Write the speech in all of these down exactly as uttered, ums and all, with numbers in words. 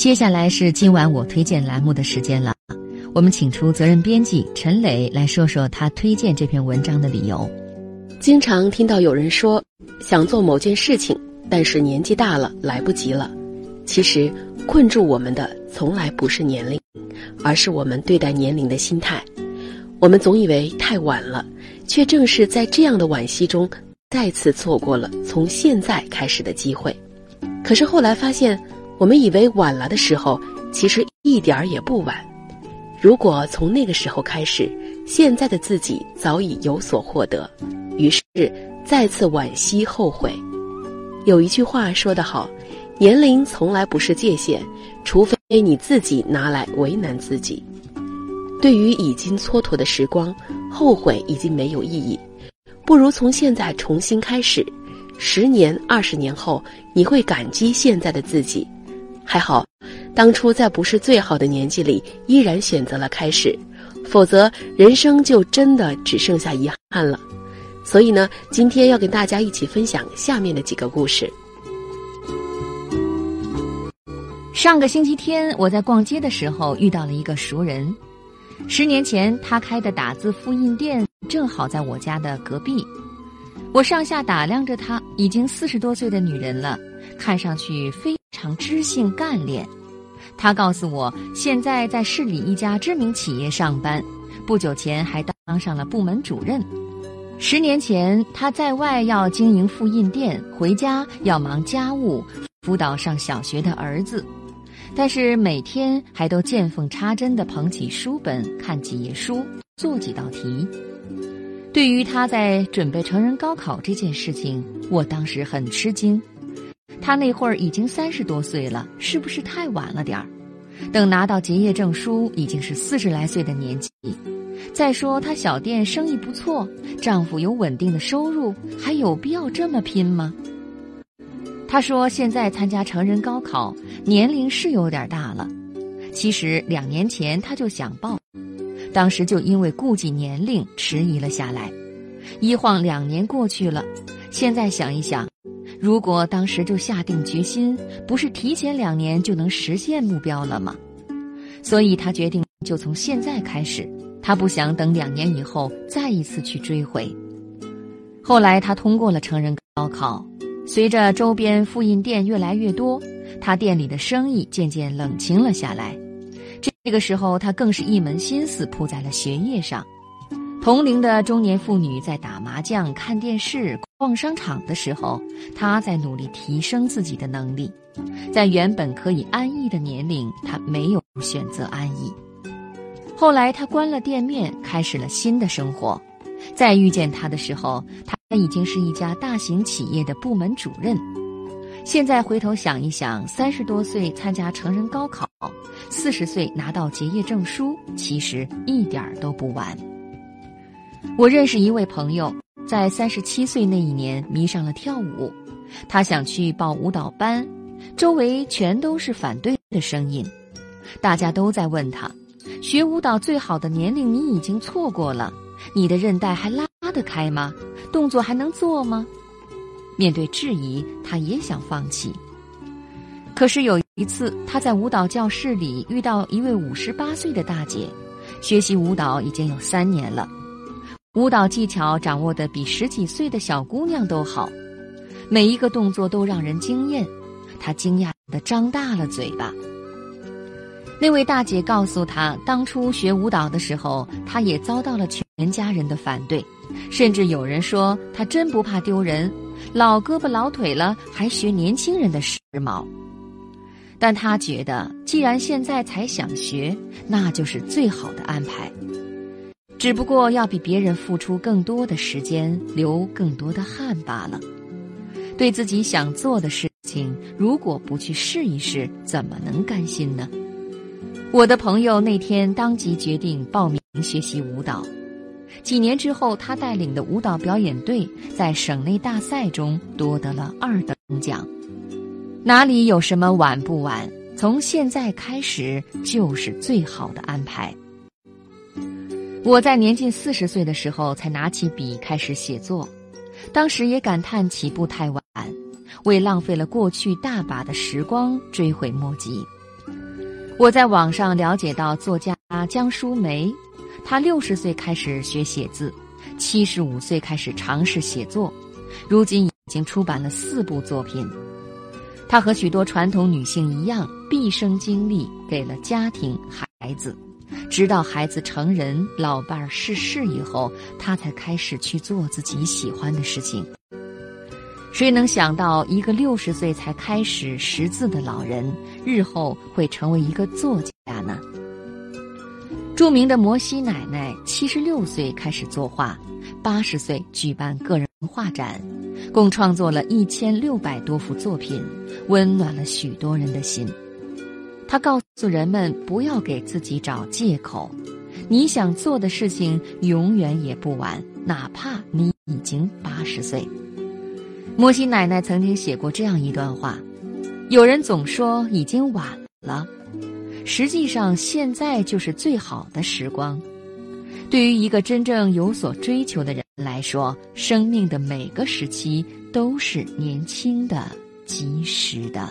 接下来是今晚我推荐栏目的时间了，我们请出责任编辑陈磊来说说他推荐这篇文章的理由。 经常听到有人说想做某件事情，但是年纪大了来不及了。其实困住我们的从来不是年龄，而是我们对待年龄的心态。我们总以为太晚了，却正是在这样的惋惜中再次错过了从现在开始的机会。可是后来发现，我们以为晚了的时候，其实一点儿也不晚。如果从那个时候开始，现在的自己早已有所获得，于是再次惋惜后悔。有一句话说得好，年龄从来不是界限，除非你自己拿来为难自己。对于已经蹉跎的时光，后悔已经没有意义，不如从现在重新开始。十年、二十年后，你会感激现在的自己。还好，当初在不是最好的年纪里，依然选择了开始，否则人生就真的只剩下遗憾了。所以呢，今天要跟大家一起分享下面的几个故事。 上个星期天，我在逛街的时候遇到了一个熟人。十年前，他开的打字复印店正好在我家的隔壁。我上下打量着她，已经四十多岁的女人了，看上去非常知性干练。她告诉我，现在在市里一家知名企业上班，不久前还当上了部门主任。十年前，她在外要经营复印店，回家要忙家务，辅导上小学的儿子。但是每天还都见缝插针地捧起书本，看几页书，做几道题。对于他在准备成人高考这件事情，我当时很吃惊。他那会儿已经三十多岁了，是不是太晚了点儿？等拿到结业证书，已经是四十来岁的年纪。再说他小店生意不错，丈夫有稳定的收入，还有必要这么拼吗？他说现在参加成人高考，年龄是有点大了。其实两年前他就想报，当时就因为顾及年龄迟疑了下来。一晃两年过去了，现在想一想，如果当时就下定决心，不是提前两年就能实现目标了吗？所以他决定就从现在开始，他不想等两年以后再一次去追回。后来他通过了成人高考，随着周边复印店越来越多，他店里的生意渐渐冷清了下来。这个时候他更是一门心思扑在了学业上。同龄的中年妇女在打麻将、看电视、逛商场的时候，他在努力提升自己的能力。在原本可以安逸的年龄，他没有选择安逸。后来他关了店面，开始了新的生活。再遇见他的时候，他已经是一家大型企业的部门主任。现在回头想一想，三十多岁参加成人高考，四十岁拿到结业证书，其实一点儿都不晚。我认识一位朋友，在三十七岁那一年迷上了跳舞，他想去报舞蹈班，周围全都是反对的声音。大家都在问他，学舞蹈最好的年龄你已经错过了，你的韧带还拉得开吗？动作还能做吗？面对质疑，他也想放弃。可是有一次，他在舞蹈教室里遇到一位五十八岁的大姐，学习舞蹈已经有三年了，舞蹈技巧掌握得比十几岁的小姑娘都好，每一个动作都让人惊艳。她惊讶地张大了嘴巴。那位大姐告诉她，当初学舞蹈的时候，她也遭到了全家人的反对，甚至有人说她真不怕丢人，老胳膊老腿了还学年轻人的时髦。但她觉得既然现在才想学，那就是最好的安排，只不过要比别人付出更多的时间，流更多的汗罢了。对自己想做的事情，如果不去试一试，怎么能甘心呢？我的朋友那天当即决定报名学习舞蹈。几年之后，他带领的舞蹈表演队在省内大赛中夺得了二等奖。哪里有什么晚不晚，从现在开始就是最好的安排。我在年近四十岁的时候才拿起笔开始写作，当时也感叹起步太晚，为浪费了过去大把的时光追悔莫及。 我在网上了解到作家江淑梅，她六十岁开始学写字，七十五岁开始尝试写作，如今已经出版了四部作品。她和许多传统女性一样，毕生精力给了家庭孩子，直到孩子成人，老伴儿逝世以后，她才开始去做自己喜欢的事情。谁能想到一个六十岁才开始识字的老人，日后会成为一个作家呢？著名的摩西奶奶七十六岁开始作画，八十岁举办个人画展，共创作了一千六百多幅作品，温暖了许多人的心。她告诉人们不要给自己找借口，你想做的事情永远也不晚，哪怕你已经八十岁。摩西奶奶曾经写过这样一段话：有人总说已经晚了，实际上现在就是最好的时光。对于一个真正有所追求的人来说，生命的每个时期都是年轻的、及时的。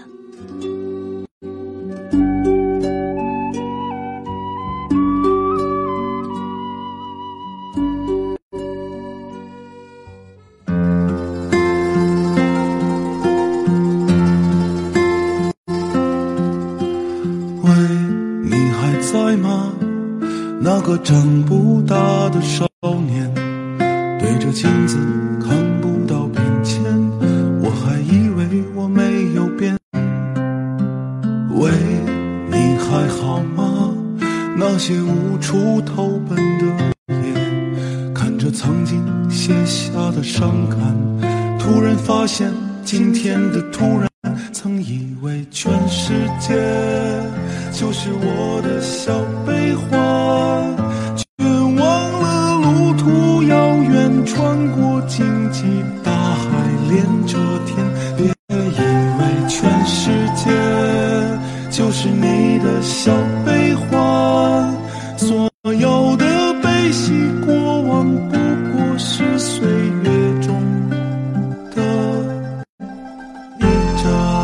在吗？那个长不大的少年，对着镜子看不到变迁，我还以为我没有变。喂，你还好吗？那些无处投奔的夜，看着曾经写下的伤感，突然发现今天的突然，曾以为全世界就是我的小悲欢，却忘了路途遥远，穿过荆棘大海，连着天。别以为全世界就是你的小悲欢，所有的悲喜过往不过是岁月中的一站。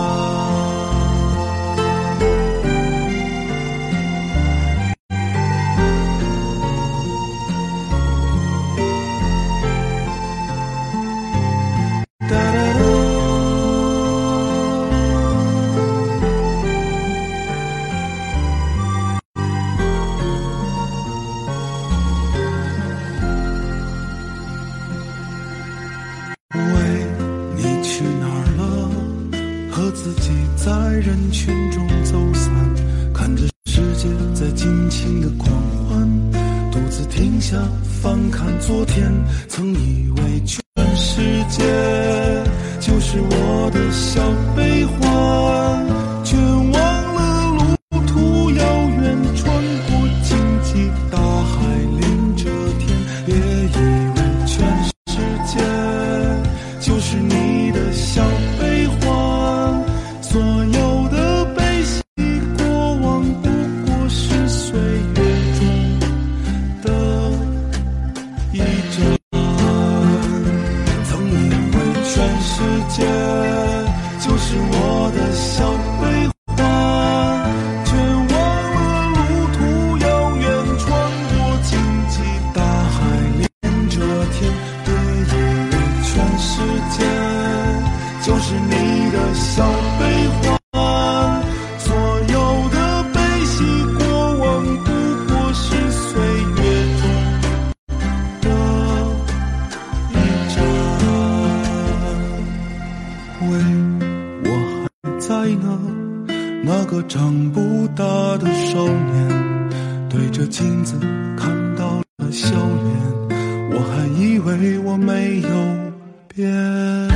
和自己在人群中走散，看着世界在尽情的狂欢，独自停下翻看昨天，曾以为全世界就是我的小悲欢，却忘了路途遥远，穿过荆棘大海，连着天。别以为全世界就是你的小悲欢，所有的悲喜过往不过是岁月中的一站。曾以为全世界就是我的小悲欢，却忘了路途遥远，穿过荆棘大海，连着天。别以为全世界就是你的小悲欢，所有的悲喜过往不过是岁月中的一站。喂，我还在呢，那个长不大的少年，对着镜子看到了笑脸，我还以为我没有变。